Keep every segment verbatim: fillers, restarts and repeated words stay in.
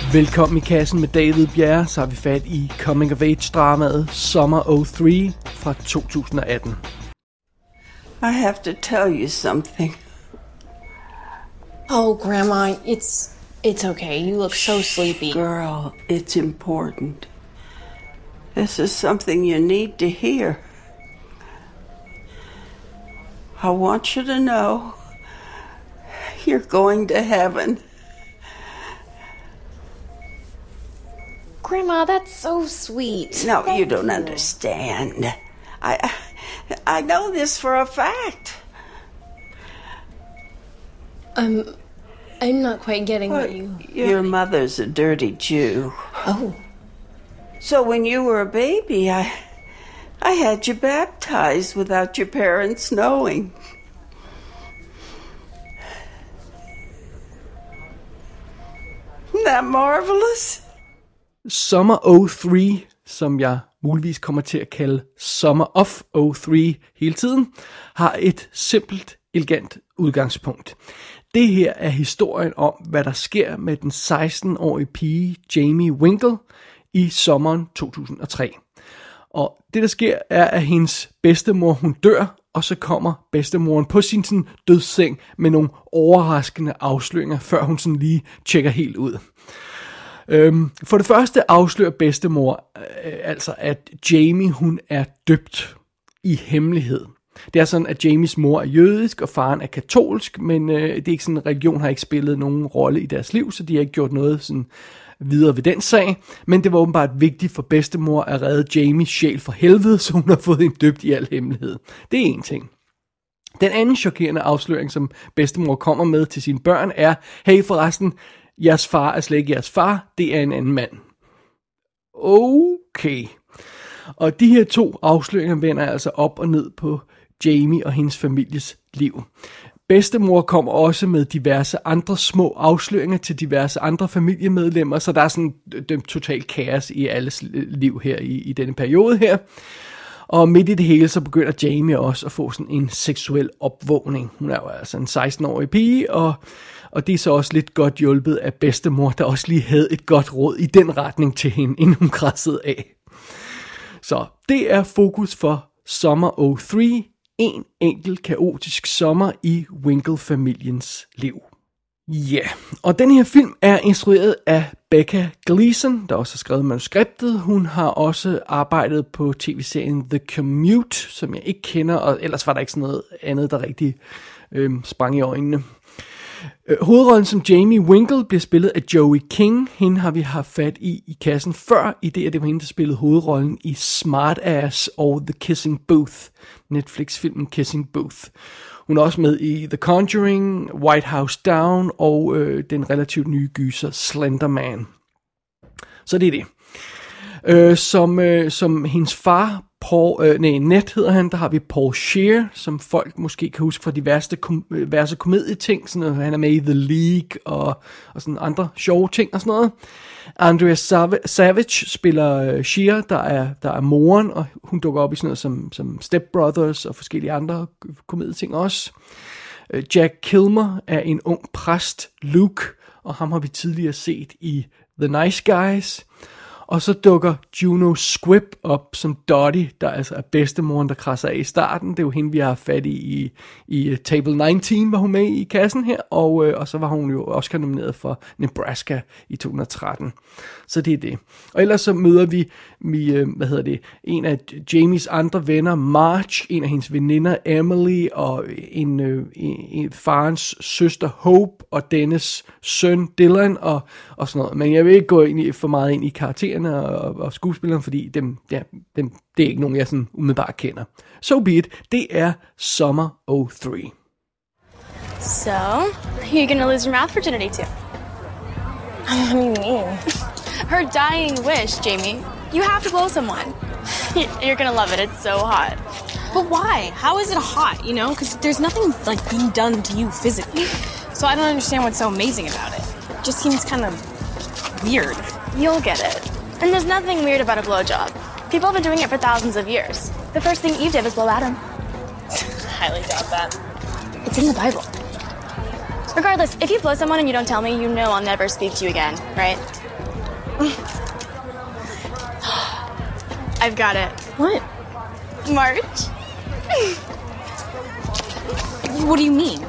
Velkommen i kassen med David Bjerre, så har vi fat i Coming of Age dramaet Summer oh three fra to tusind og atten. I have to tell you something. Oh, Grandma, it's it's okay. You look so sleepy. Girl, it's important. This is something you need to hear. I want you to know you're going to heaven. Grandma, that's so sweet. No, Thank you don't you. understand. I I know this for a fact. Um, I'm not quite getting what you... Your mother's a dirty Jew. Oh. So when you were a baby, I I had you baptized without your parents knowing. Isn't that marvelous? Summer oh three, som jeg muligvis kommer til at kalde Summer of oh three hele tiden, har et simpelt, elegant udgangspunkt. Det her er historien om, hvad der sker med den seksten-årige pige Jamie Winkle i sommeren to tusind og tre. Og det der sker er, at hendes bedstemor hun dør, og så kommer bedstemoren på sin sådan, dødsseng med nogle overraskende afsløringer, før hun sådan lige tjekker helt ud. Øhm, for det første afslører bedstemor øh, altså, at Jamie hun er døbt i hemmelighed. Det er sådan, at Jamies mor er jødisk, og faren er katolsk, men øh, det er ikke sådan, religion har ikke spillet nogen rolle i deres liv, så de har ikke gjort noget sådan videre ved den sag. Men det var åbenbart vigtigt for bedstemor at redde Jamies sjæl fra helvede, så hun har fået hende døbt i al hemmelighed. Det er en ting. Den anden chokerende afsløring, som bedstemor kommer med til sine børn, er, hey forresten, jeres far er slet ikke jeres far, det er en anden mand. Okay. Og de her to afsløringer vender altså op og ned på Jamie og hendes families liv. Bedstemor kommer også med diverse andre små afsløringer til diverse andre familiemedlemmer, så der er sådan et totalt kaos i alles liv her i, i denne periode her. Og midt i det hele, så begynder Jamie også at få sådan en seksuel opvågning. Hun er jo altså en seksten-årig pige, og, og det er så også lidt godt hjulpet af bedstemor, der også lige havde et godt råd i den retning til hende, inden hun krassede af. Så det er fokus for Summer oh three, en enkelt kaotisk sommer i Winkle-familiens liv. Ja, yeah. Og den her film er instrueret af Becca Gleason, der også har skrevet manuskriptet. Hun har også arbejdet på tv-serien The Commute, som jeg ikke kender, og ellers var der ikke sådan noget andet, der rigtig øh, sprang i øjnene. Hovedrollen som Jamie Winkle bliver spillet af Joey King. Hende har vi haft fat i i kassen før, i det at det var hende, der spillede hovedrollen i Smartass og The Kissing Booth, Netflix-filmen Kissing Booth. Hun er også med i The Conjuring, White House Down og øh, den relativt nye gyser Slender Man. Så det er det. Øh, som, øh, som hendes far, Paul, øh, nej, Ned hedder han, der har vi Paul Scheer, som folk måske kan huske fra diverse, kom, diverse komedieting, sådan noget, han er med i The League og, og sådan andre sjove ting og sådan noget. Andrea Savage spiller øh, Scheer, der er, der er moren, og hun dukker op i sådan noget som, som Step Brothers og forskellige andre komedieting også. Øh, Jack Kilmer er en ung præst, Luke, og ham har vi tidligere set i The Nice Guys. Og så dukker Juno Squibb op som Dottie, der altså er bedstemoren, der krasser af i starten. Det er jo hende, vi har fat i i, i Table nitten, var hun med i kassen her. Og, øh, og så var hun jo også nomineret for Nebraska i to tusind og tretten. Så det er det. Og ellers så møder vi, vi øh, hvad hedder det, en af Jamies andre venner, Marge, en af hendes veninder, Emily, og en, øh, en, en farens søster, Hope, og dennes søn, Dylan, og, og sådan noget. Men jeg vil ikke gå ind i, for meget ind i karakteren og, og skuespilleren, fordi dem, ja, dem, det er ikke nogen, jeg sådan umiddelbart kender. So be it. Det er Summer oh three. So, who are you gonna lose your mouth virginity to? What do you mean? Her dying wish, Jamie. You have to blow someone. You're gonna love it. It's so hot. But why? How is it hot, you know? Because there's nothing, like, being done to you physically. So I don't understand what's so amazing about it. It just seems kind of weird. You'll get it. And there's nothing weird about a blowjob. People have been doing it for thousands of years. The first thing Eve did was blow Adam. Highly doubt that. It's in the Bible. Regardless, if you blow someone and you don't tell me, you know I'll never speak to you again, right? I've got it. What? March? What do you mean?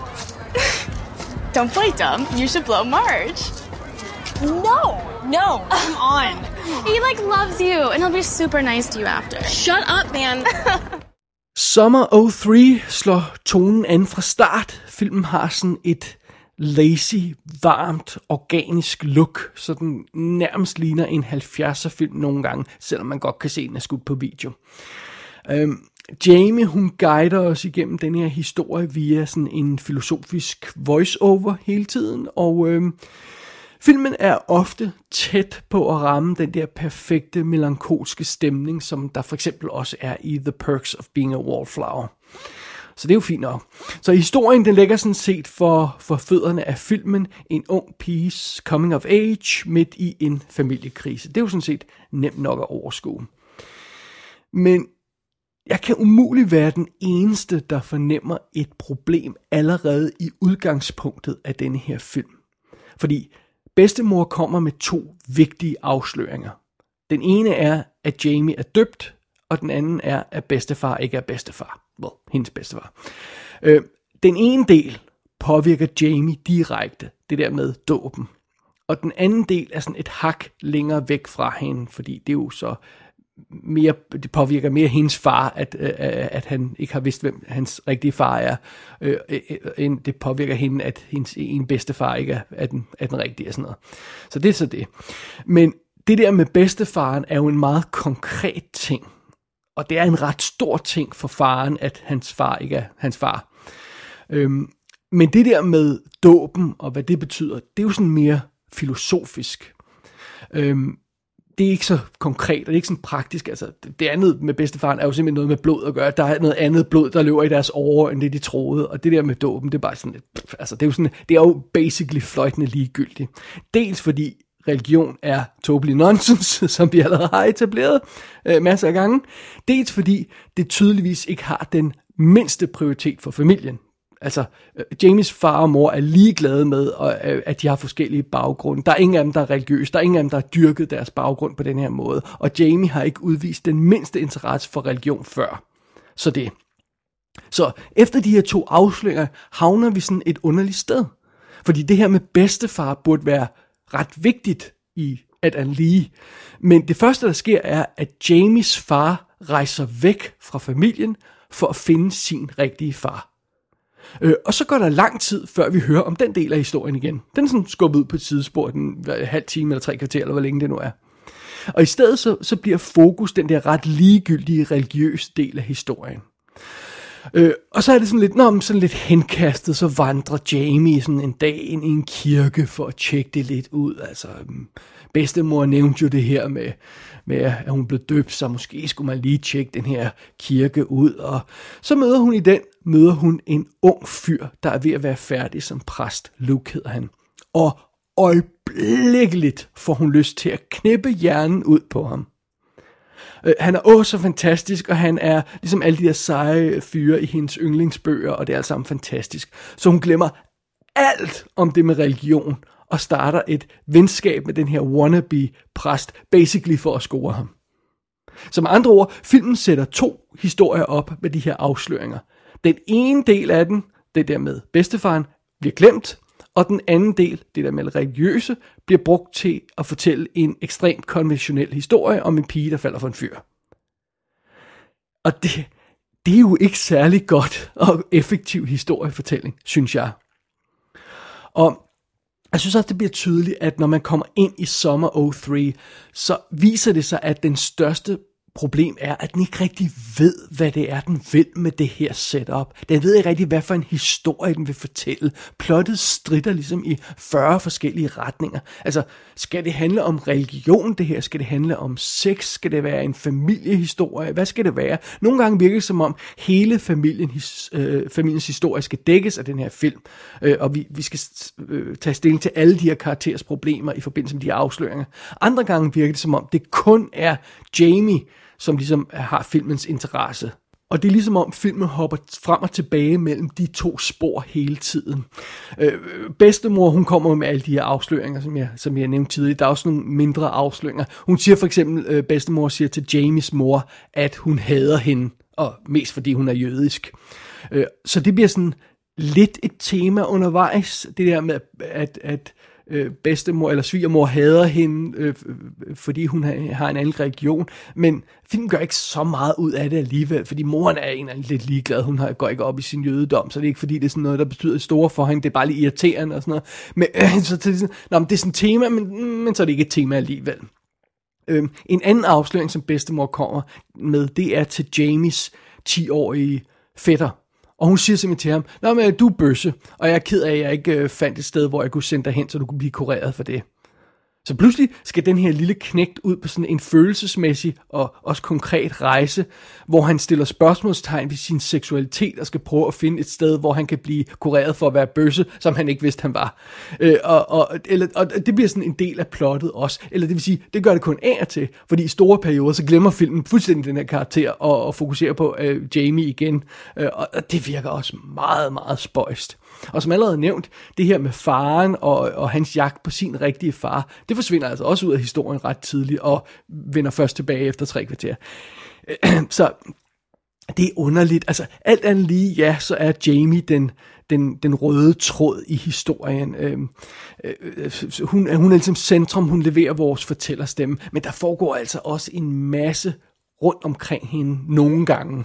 Don't play dumb. You should blow March. No, no, come on. He, like, loves you, and he'll be super nice to you after. Shut up, man. Summer oh three slår tonen an fra start. Filmen har sådan et lazy, varmt, organisk look, så den nærmest ligner en halvfjerdser film nogle gange, selvom man godt kan se, den er skudt på video. Øhm, Jamie, hun guider os igennem den her historie via sådan en filosofisk voice-over hele tiden, og øhm, filmen er ofte tæt på at ramme den der perfekte, melankolske stemning, som der for eksempel også er i The Perks of Being a Wallflower. Så det er jo fint nok. Så historien, den lægger sådan set for, for fødderne af filmen en ung piges coming of age midt i en familiekrise. Det er jo sådan set nemt nok at overskue. Men jeg kan umuligt være den eneste, der fornemmer et problem allerede i udgangspunktet af denne her film. Fordi bedstemor kommer med to vigtige afsløringer. Den ene er, at Jamie er døbt, og den anden er, at bedstefar ikke er bedstefar. Well, hendes bedstefar. Øh, den ene del påvirker Jamie direkte, det der med dåben. Og den anden del er sådan et hak længere væk fra hende, fordi det er jo så mere, det påvirker mere hendes far, at, øh, at han ikke har vidst, hvem hans rigtige far er, øh, øh, end det påvirker hende, at hendes en bedstefar ikke er, er, den, er den rigtige og sådan noget. Så det er så det. Men det der med bedstefaren er jo en meget konkret ting. Og det er en ret stor ting for faren, at hans far ikke er hans far. Øhm, men det der med dåben og hvad det betyder, det er jo sådan mere filosofisk. Øhm, det er ikke så konkret, og det er ikke sådan praktisk. Altså, det andet med bedstefaren er jo simpelthen noget med blod at gøre. Der er noget andet blod, der løber i deres årer, end det de troede. Og det der med dåben, det er bare sådan lidt, altså det er jo sådan, det er jo basically fløjtende ligegyldigt. Dels fordi religion er totally nonsense, som vi allerede har etableret øh, masser af gange. Dels fordi det tydeligvis ikke har den mindste prioritet for familien. Altså, øh, Jamies far og mor er ligeglade med, øh, at de har forskellige baggrunde. Der er ingen af dem, der er religiøse. Der er ingen af dem, der har dyrket deres baggrund på den her måde. Og Jamie har ikke udvist den mindste interesse for religion før. Så det. Så efter de her to afsløringer, havner vi sådan et underligt sted. Fordi det her med bedstefar burde være ret vigtigt i at an lige. Men det første, der sker, er, at Jamies far rejser væk fra familien for at finde sin rigtige far. Øh, og så går der lang tid, før vi hører om den del af historien igen. Den er sådan skubbet ud på et sidespor, den halv time eller tre kvarter, eller hvor længe det nu er. Og i stedet så, så bliver fokus den der ret ligegyldige religiøse del af historien. Øh, og så er det sådan lidt, nå, sådan lidt henkastet, så vandrer Jamie sådan en dag ind i en kirke for at tjekke det lidt ud. Altså, bedstemor nævnte jo det her med, med, at hun blev døbt, så måske skulle man lige tjekke den her kirke ud. Og så møder hun i den, møder hun en ung fyr, der er ved at være færdig som præst. Luke hedder han. Og øjeblikkeligt får hun lyst til at knippe hjernen ud på ham. Uh, han er også så fantastisk, og han er ligesom alle de der seje fyre i hendes yndlingsbøger, og det er alt sammen fantastisk. Så hun glemmer alt om det med religion, og starter et venskab med den her wannabe-præst, basically for at score ham. Så med andre ord, filmen sætter to historier op med de her afsløringer. Den ene del af den, det der med bedstefaren, bliver glemt, og den anden del, det der med religiøse, bliver brugt til at fortælle en ekstremt konventionel historie om en pige, der falder for en fyr. Og det, det er jo ikke særlig godt og effektiv historiefortælling, synes jeg. Og jeg synes også, det bliver tydeligt, at når man kommer ind i Summer oh three, så viser det sig, at den største problem er, at den ikke rigtig ved, hvad det er, den vil med det her setup. Den ved ikke rigtig, hvad for en historie, den vil fortælle. Plottet stritter ligesom i fyrre forskellige retninger. Altså, skal det handle om religion, det her? Skal det handle om sex? Skal det være en familiehistorie? Hvad skal det være? Nogle gange virker det som om, hele familien, øh, familiens historie skal dækkes af den her film. Øh, og vi, vi skal øh, tage stilling til alle de her karakterers problemer i forbindelse med de her afsløringer. Andre gange virker det som om, det kun er Jamie, som ligesom har filmens interesse. Og det er ligesom om filmen hopper frem og tilbage mellem de to spor hele tiden. Øh, bedstemor, hun kommer med alle de her afsløringer, som jeg, som jeg nævnte tidligere. Der er også nogle mindre afsløringer. Hun siger for eksempel, øh, bedstemor siger til Jamies mor, at hun hader hende, og mest fordi hun er jødisk. Øh, så det bliver sådan lidt et tema undervejs, det der med, at, at øh, bedstemor eller svigermor hader hende, øh, fordi hun har, har en anden religion, men filmen gør ikke så meget ud af det alligevel, fordi moren er en eller lidt ligeglad, hun har, går ikke op i sin jødedom, så det er ikke fordi, det er sådan noget, der betyder store for hende, det er bare lidt irriterende og sådan noget, men, øh, så det er sådan, nå, men det er sådan et tema, men, men så er det ikke et tema alligevel. Øh, en anden afsløring, som bedstemor kommer med, det er til Jamies ti-årige fætter. Og hun siger simpelthen til ham, nå, men du er bøsse, og jeg er ked af, at jeg ikke øh, fandt et sted, hvor jeg kunne sende dig hen, så du kunne blive kureret for det. Så pludselig skal den her lille knægt ud på sådan en følelsesmæssig og også konkret rejse, hvor han stiller spørgsmålstegn ved sin seksualitet og skal prøve at finde et sted, hvor han kan blive kureret for at være bøsse, som han ikke vidste, han var. Øh, og, og, eller, og det bliver sådan en del af plottet også. Eller det vil sige, det gør det kun af og til, fordi i store perioder, så glemmer filmen fuldstændig den her karakter og, og fokuserer på øh, Jamie igen. Øh, og det virker også meget, meget spøjst. Og som allerede nævnt, det her med faren og, og hans jagt på sin rigtige far, det forsvinder altså også ud af historien ret tidligt, og vender først tilbage efter tre kvarter. Så det er underligt. Altså alt andet lige, ja, så er Jamie den, den, den røde tråd i historien. Øh, øh, hun, hun er ligesom centrum, hun leverer vores fortællerstemme, men der foregår altså også en masse rundt omkring hende nogle gange.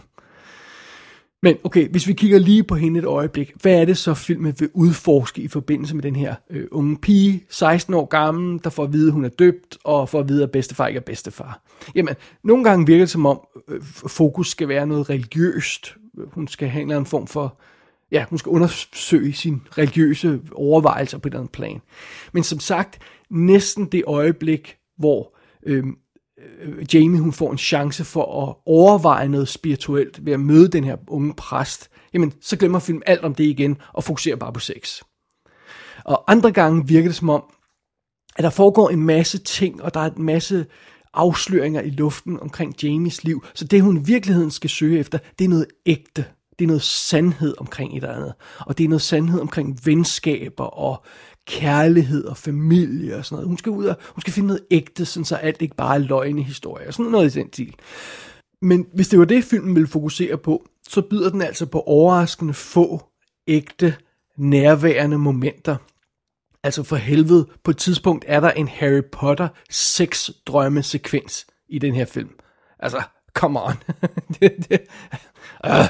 Men okay, hvis vi kigger lige på hende et øjeblik, hvad er det så filmen vil udforske i forbindelse med den her øh, unge pige, seksten år gammel, der får at vide, at hun er døbt, og får at vide, at bedstefar ikke er bedstefar? Jamen, nogle gange virker det som om øh, fokus skal være noget religiøst. Hun skal have en eller anden form for, ja, hun skal undersøge sin religiøse overvejelser på et eller andet plan. Men som sagt, næsten det øjeblik, hvor øh, Jamie, hun får en chance for at overveje noget spirituelt ved at møde den her unge præst, jamen, så glemmer filmen alt om det igen, og fokuserer bare på sex. Og andre gange virker det som om, at der foregår en masse ting, og der er en masse afsløringer i luften omkring Jamies liv, så det hun i virkeligheden skal søge efter, det er noget ægte. Det er noget sandhed omkring et eller andet. Og det er noget sandhed omkring venskaber og kærlighed og familie og sådan noget. Hun skal ud og hun skal finde noget ægte, sådan så alt ikke bare er løgnehistorier. Sådan noget i den stil. Men hvis det var det, filmen ville fokusere på, så byder den altså på overraskende få ægte, nærværende momenter. Altså for helvede, på et tidspunkt er der en Harry Potter sex-drømme-sekvens i den her film. Altså, come on. det, det, uh.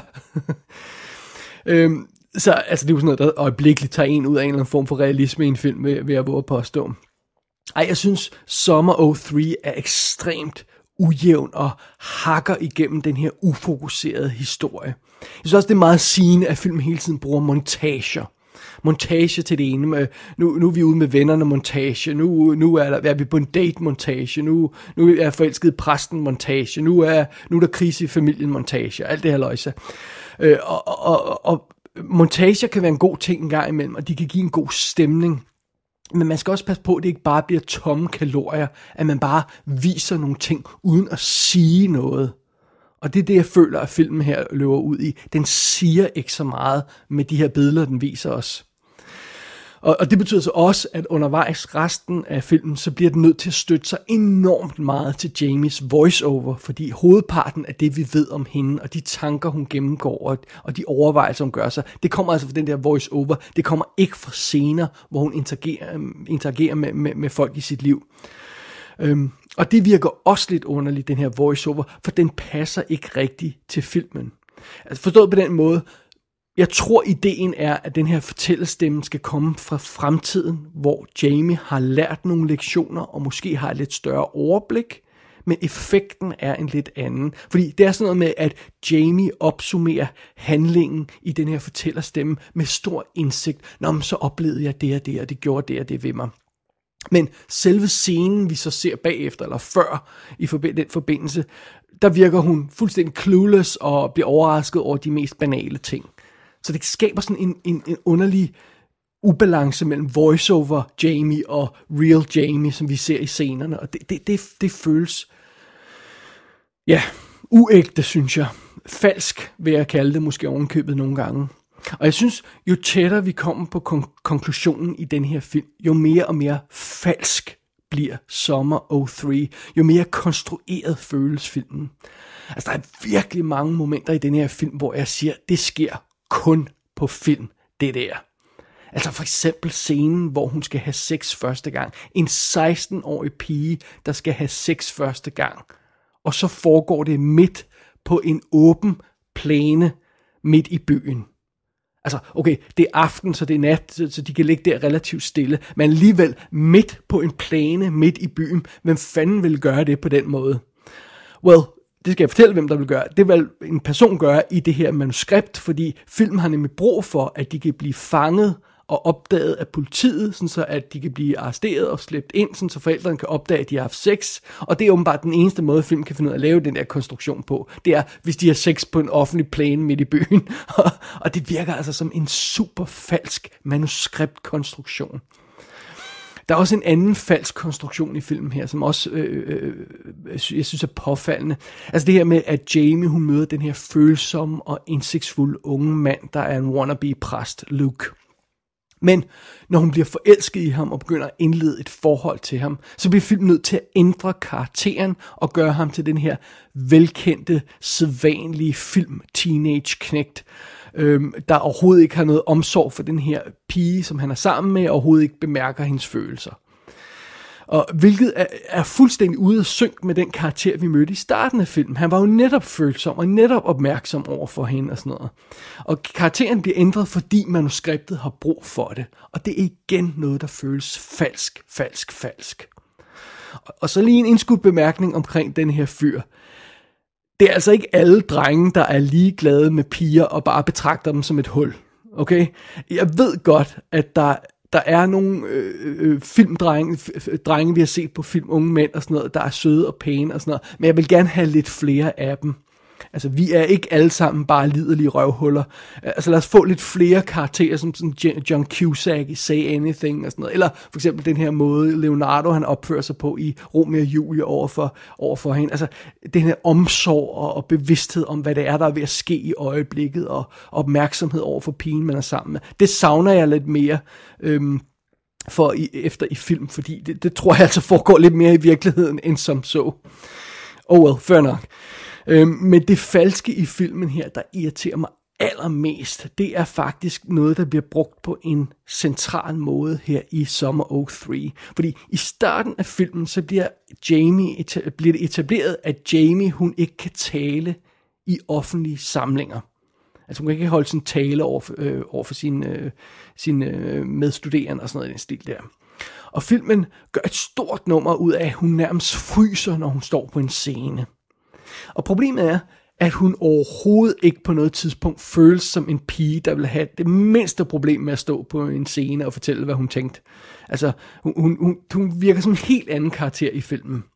øhm, så altså, det er jo sådan noget, der øjeblikkeligt tager en ud af en eller anden form for realisme i en film, ved, ved at våge påstå. Ej, jeg synes, Summer oh three er ekstremt ujævn og hakker igennem den her ufokuserede historie. Jeg synes også, det er meget sigende, at filmen hele tiden bruger montager. Montage til det ene. Nu, nu er vi ude med vennerne montage. Nu, nu er, der, er vi på en date montage. Nu, nu er forelsket præsten montage. Nu er, nu er der krise i familien montage. Alt det her løjse. Øh, og, og, og, og montager kan være en god ting en gang imellem, og de kan give en god stemning. Men man skal også passe på, at det ikke bare bliver tomme kalorier, at man bare viser nogle ting uden at sige noget. Og det er det, jeg føler, at filmen her løber ud i. Den siger ikke så meget med de her billeder, den viser os. Og, og det betyder så også, at undervejs resten af filmen, så bliver den nødt til at støtte sig enormt meget til Jamies voiceover, fordi hovedparten af det, vi ved om hende, og de tanker, hun gennemgår, og, og de overvejelser, hun gør sig, det kommer altså fra den der voiceover. Det kommer ikke fra scener, hvor hun interagerer, interagerer med, med, med folk i sit liv. Øhm, og det virker også lidt underligt, den her voiceover, for den passer ikke rigtigt til filmen. Altså forstået på den måde, jeg tror ideen er, at den her fortællestemme skal komme fra fremtiden, hvor Jamie har lært nogle lektioner, og måske har et lidt større overblik, men effekten er en lidt anden. Fordi det er sådan noget med, at Jamie opsummerer handlingen i den her fortællerstemme med stor indsigt. Nå, men så oplevede jeg det og det, og det gjorde det og det ved mig. Men selve scenen, vi så ser bagefter, eller før, i forbi- den forbindelse, der virker hun fuldstændig clueless og bliver overrasket over de mest banale ting. Så det skaber sådan en, en, en underlig ubalance mellem voiceover Jamie og real Jamie, som vi ser i scenerne. Og det, det, det, det føles, ja, uægte, synes jeg. falsk, vil jeg kalde det, måske ovenkøbet nogle gange. Og jeg synes, jo tættere vi kommer på kon- konklusionen i den her film, jo mere og mere falsk bliver Summer oh three, jo mere konstrueret føles filmen. Altså, der er virkelig mange momenter i den her film, hvor jeg siger, det sker kun på film, det der. Altså for eksempel scenen, hvor hun skal have sex første gang. En seksten-årig pige, der skal have sex første gang. Og så foregår det midt på en åben plæne midt i byen. Altså, okay, det er aften, så det er nat, så de kan ligge der relativt stille. Men alligevel midt på en plæne midt i byen. Hvem fanden vil gøre det på den måde? Well, det skal jeg fortælle, hvem der vil gøre. Det vil en person gøre i det her manuskript, fordi filmen har nemlig brug for, at de kan blive fanget og opdaget af politiet, sådan så at de kan blive arresteret og slæbt ind, sådan så forældrene kan opdage, at de har haft sex. Og det er åbenbart den eneste måde, film kan finde ud af at lave den der konstruktion på. Det er, hvis de har sex på en offentlig plæne midt i byen. Og det virker altså som en super falsk manuskriptkonstruktion. Der er også en anden falsk konstruktion i filmen her, som også, øh, øh, jeg synes er påfaldende. Altså det her med, at Jamie, hun møder den her følsomme og indsigtsfulde unge mand, der er en wannabe-præst, Luke. Men når hun bliver forelsket i ham og begynder at indlede et forhold til ham, så bliver filmen nødt til at ændre karakteren og gøre ham til den her velkendte, sædvanlige film-teenage-knægt, øhm, der overhovedet ikke har noget omsorg for den her pige, som han er sammen med, og overhovedet ikke bemærker hendes følelser. Og hvilket er, er fuldstændig ude af synk med den karakter, vi mødte i starten af filmen. Han var jo netop følsom og netop opmærksom over for hende og sådan noget. Og karakteren bliver ændret, fordi manuskriptet har brug for det. Og det er igen noget, der føles falsk, falsk, falsk. Og, og så lige en indskudt bemærkning omkring den her fyr. Det er altså ikke alle drenge, der er ligeglade med piger og bare betragter dem som et hul. Okay? Jeg ved godt, at der Der er nogle øh, øh, filmdrenge, f- drenge, vi har set på film, unge mænd og sådan noget, der er søde og pæne og sådan noget, men jeg vil gerne have lidt flere af dem. Altså, vi er ikke alle sammen bare liderlige røvhuller. Altså, lad os få lidt flere karakterer, som sådan John Cusack i Say Anything og sådan noget. Eller for eksempel den her måde, Leonardo han opfører sig på i Romeo og Julie overfor, overfor hende. Altså, den her omsorg og, og bevidsthed om, hvad det er, der er ved at ske i øjeblikket, og opmærksomhed over for pigen, man er sammen med. Det savner jeg lidt mere øhm, for i, efter i film, fordi det, det tror jeg altså foregår lidt mere i virkeligheden, end som så. Oh well, fair nok. Øhm, men det falske i filmen her, der irriterer mig allermest, det er faktisk noget, der bliver brugt på en central måde her i Summer oh three. Fordi i starten af filmen, så bliver, Jamie, bliver det etableret, at Jamie, hun ikke kan tale i offentlige samlinger. Altså hun kan ikke holde sin tale over for, øh, over for sine, øh, sine øh, medstuderende og sådan noget i den stil der. Og filmen gør et stort nummer ud af, at hun nærmest fryser, når hun står på en scene. Og problemet er, at hun overhovedet ikke på noget tidspunkt føles som en pige, der vil have det mindste problem med at stå på en scene og fortælle, hvad hun tænkte. Altså, hun, hun, hun virker som en helt anden karakter i filmen.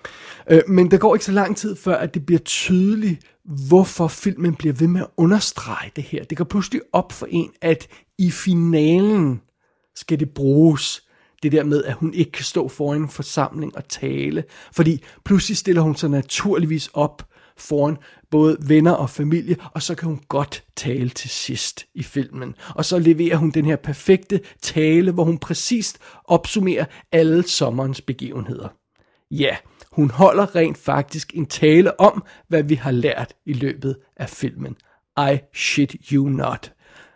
Øh, men der går ikke så lang tid før, at det bliver tydeligt, hvorfor filmen bliver ved med at understrege det her. Det går pludselig op for en, at i finalen skal det bruges. Det der med, at hun ikke kan stå foran en forsamling og tale. Fordi pludselig stiller hun sig naturligvis op foran både venner og familie, og så kan hun godt tale til sidst i filmen. Og så leverer hun den her perfekte tale, hvor hun præcist opsummerer alle sommerens begivenheder. Ja, hun holder rent faktisk en tale om, hvad vi har lært i løbet af filmen. I shit you not.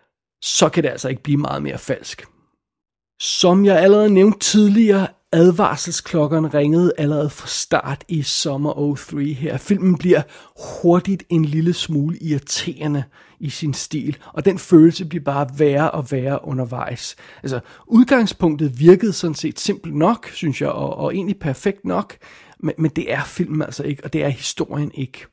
Så kan det altså ikke blive meget mere falsk. Som jeg allerede nævnte tidligere, advarselsklokkerne ringede allerede fra start i Summer oh three her. Filmen bliver hurtigt en lille smule irriterende i sin stil, og den følelse bliver bare værre og værre undervejs. Altså, udgangspunktet virkede sådan set simpelt nok, synes jeg, og, og egentlig perfekt nok, men, men det er filmen altså ikke, og det er historien ikke.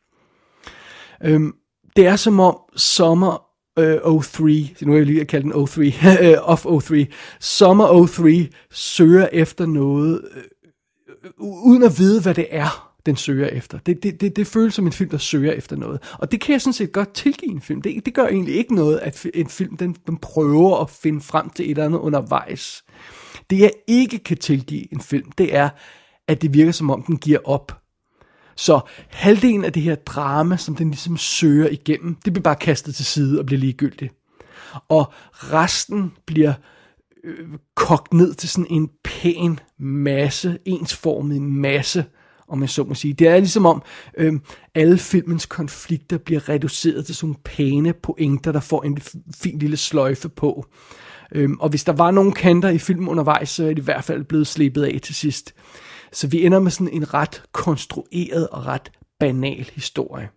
Øhm, det er som om Summer oh three, nu er jeg lige at kalde den oh three, of oh three, Summer oh three søger efter noget, øh, uden at vide, hvad det er, den søger efter. Det, det, det, det føles som en film, der søger efter noget. Og det kan jeg sådan set godt tilgive en film. Det, det gør egentlig ikke noget, at en film, den, den prøver at finde frem til et eller andet undervejs. Det jeg ikke kan tilgive en film, det er, at det virker som om, den giver op. Så halvdelen af det her drama, som den ligesom søger igennem, det bliver bare kastet til side og bliver ligegyldigt. Og resten bliver øh, kogt ned til sådan en pæn masse, ensformet masse, om jeg så må sige. Det er ligesom om øh, alle filmens konflikter bliver reduceret til sådan pæne pointer, der får en fin lille sløjfe på. Øh, og hvis der var nogle kanter i filmen undervejs, så er det i hvert fald blevet slebet af til sidst. Så vi ender med sådan en ret konstrueret og ret banal historie.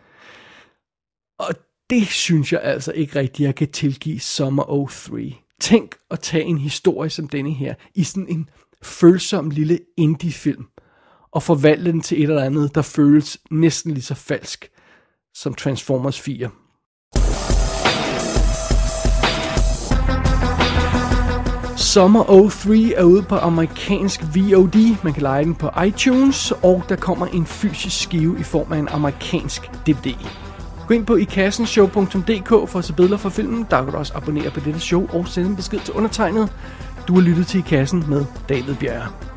Og det synes jeg altså ikke rigtigt, jeg kan tilgive Summer oh three. Tænk at tage en historie som denne her, i sådan en følsom lille indie-film, og forvandle den til et eller andet, der føles næsten lige så falsk som Transformers fire. Summer oh three er ude på amerikansk V O D. Man kan leje den på iTunes, og der kommer en fysisk skive i form af en amerikansk D V D. Gå ind på i kassen show punktum d k for at se billeder fra filmen. Der kan du også abonnere på dette show og sende en besked til undertegnet. Du har lyttet til I Kassen med David Bjerre.